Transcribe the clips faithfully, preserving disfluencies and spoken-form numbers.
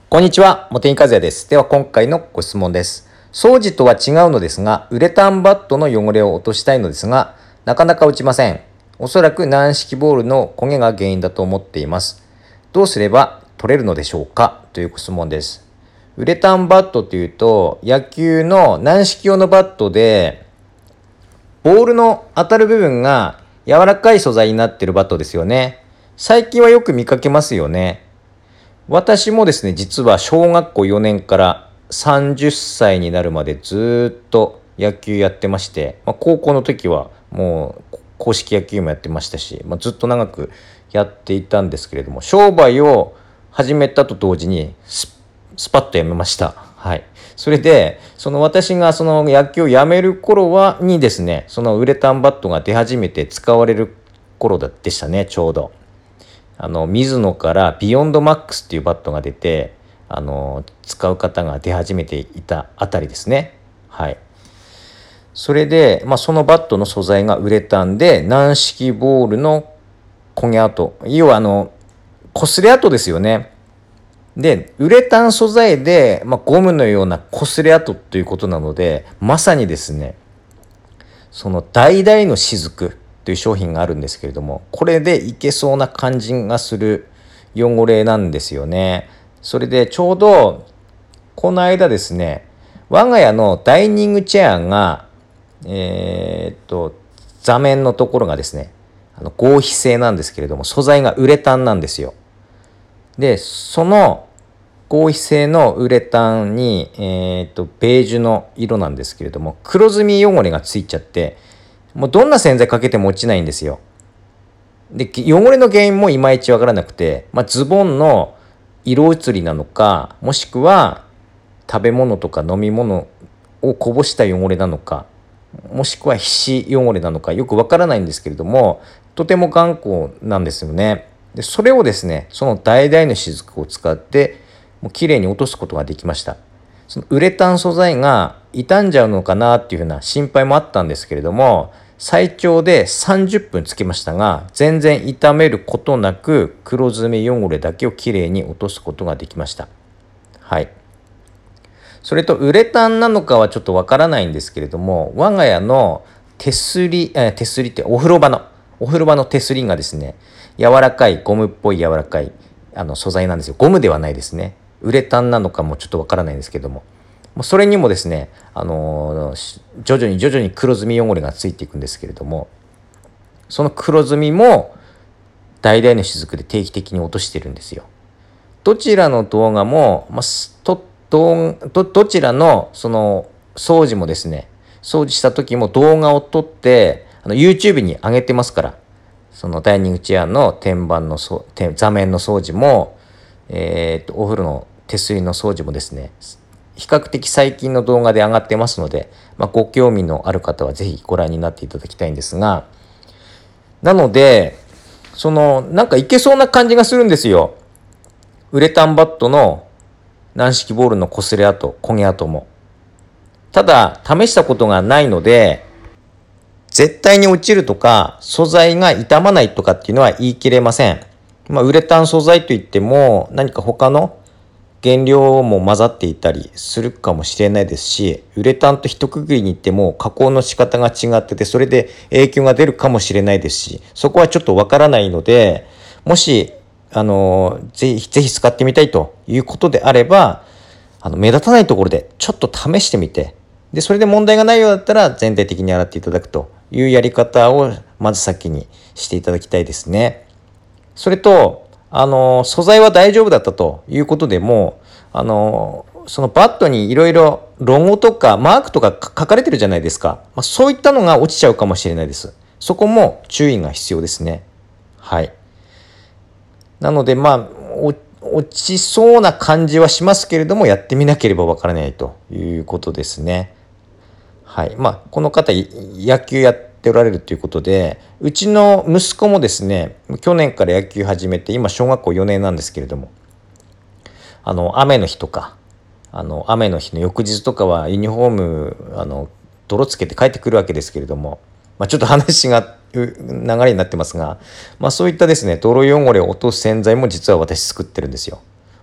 こんにちは、茂木和也です。では今回のご質問です。掃除とは違うのですが、ウレタンバットの汚れを落としたいのですが、なかなか落ちません。おそらく軟式ボールの焦げが原因だと思っています。どうすれば取れるのでしょうかというご質問です。ウレタンバットというと、野球の軟式用のバットで、ボールの当たる部分が柔らかい素材になっているバットですよね。最近はよく見かけますよね。私もですね、実は小学校よねんからさんじゅっさいになるまでずっと野球やってまして、まあ、高校の時はもう硬式野球もやってましたし、まあ、ずっと長くやっていたんですけれども、商売を始めたと同時にス、スパッとやめました。はい。それで、その私がその野球をやめる頃はにですね、そのウレタンバットが出始めて使われる頃でしたね、ちょうど。あのミズノからビヨンドマックスっていうバットが出て、あの使う方が出始めていたあたりですね。はい。それで、まあ、そのバットの素材がウレタンで、軟式ボールの焦げ跡、要はあの擦れ跡ですよね。で、ウレタン素材で、まあ、ゴムのような擦れ跡ということなので、まさにですね、その橙の雫という商品があるんですけれども、これでいけそうな感じがする汚れなんですよね。それでちょうどこの間ですね、我が家のダイニングチェアがえー、っと座面のところがですね、あの合皮製なんですけれども、素材がウレタンなんですよ。でその合皮製のウレタンに、えー、とベージュの色なんですけれども、黒ずみ汚れがついちゃって、もうどんな洗剤かけても落ちないんですよ。で汚れの原因もいまいちわからなくて、まあ、ズボンの色移りなのか、もしくは食べ物とか飲み物をこぼした汚れなのか、もしくは皮脂汚れなのか、よくわからないんですけれども、とても頑固なんですよね。でそれをですね、その橙の雫を使ってもうきれいに落とすことができました。そのウレタン素材が傷んじゃうのかなっていうふうな心配もあったんですけれども、最長でさんじゅっぷんつけましたが、全然傷めることなく黒ずみ汚れだけをきれいに落とすことができました。はい。それとウレタンなのかはちょっとわからないんですけれども、我が家の手すり、え手すりってお風呂場のお風呂場の手すりがですね、柔らかいゴムっぽい柔らかいあの素材なんですよ。ゴムではないですね。ウレタンなのかもちょっとわからないんですけども、それにもですね、あのー、徐々に徐々に黒ずみ汚れがついていくんですけれども、その黒ずみも橙の雫で定期的に落としてるんですよ。どちらの動画も、まあ、とどどどちらのその掃除もですね、掃除した時も動画を撮ってあの YouTube に上げてますから、そのダイニングチェアの天板のそ座面の掃除も、えー、とお風呂の手すりの掃除もですね、比較的最近の動画で上がってますので、まあ、ご興味のある方はぜひご覧になっていただきたいんですが、なのでそのなんかいけそうな感じがするんですよ。ウレタンバットの軟式ボールの擦れ跡、焦げ跡も。ただ試したことがないので、絶対に落ちるとか素材が傷まないとかっていうのは言い切れません。まあ、ウレタン素材といっても何か他の原料も混ざっていたりするかもしれないですし、ウレタンと一括りに言っても加工の仕方が違ってて、それで影響が出るかもしれないですし、そこはちょっとわからないので、もしあのぜひぜひ使ってみたいということであれば、あの目立たないところでちょっと試してみて、でそれで問題がないようだったら全体的に洗っていただくというやり方をまず先にしていただきたいですね。それとあの素材は大丈夫だったということでも、あのそのバットにいろいろロゴとかマークとか書かれてるじゃないですか、まあ、そういったのが落ちちゃうかもしれないです。そこも注意が必要ですね。はい。なのでまあ落ちそうな感じはしますけれども、やってみなければわからないということですね。はい。まあこの方野球やっておられるということで、うちの息子もですね、去年から野球始めて今小学校よねんなんですけれども、あの雨の日とか、あの雨の日の翌日とかはユニフォームあの泥つけて帰ってくるわけですけれども、まあ、ちょっと話が流れになってますが、まあ、そういったですね泥汚れを落とす洗剤も実は私作ってるんですよ。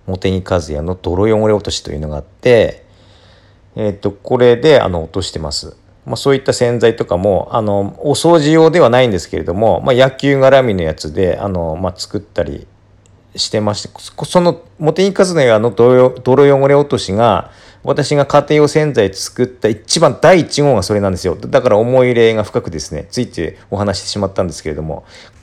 茂木和也の泥汚れ落としというのがあって、えっと、これであの落としてます。まあ、そういった洗剤とかも、あの、お掃除用ではないんですけれども、まあ、野球絡みのやつで、あの、まあ、作ったりしてまして、その茂木和也の泥泥汚れ落としが、私が家庭用洗剤作った一番第一号がそれなんですよ。だから思い入れが深くですね、ついてお話してしまったんですけれども、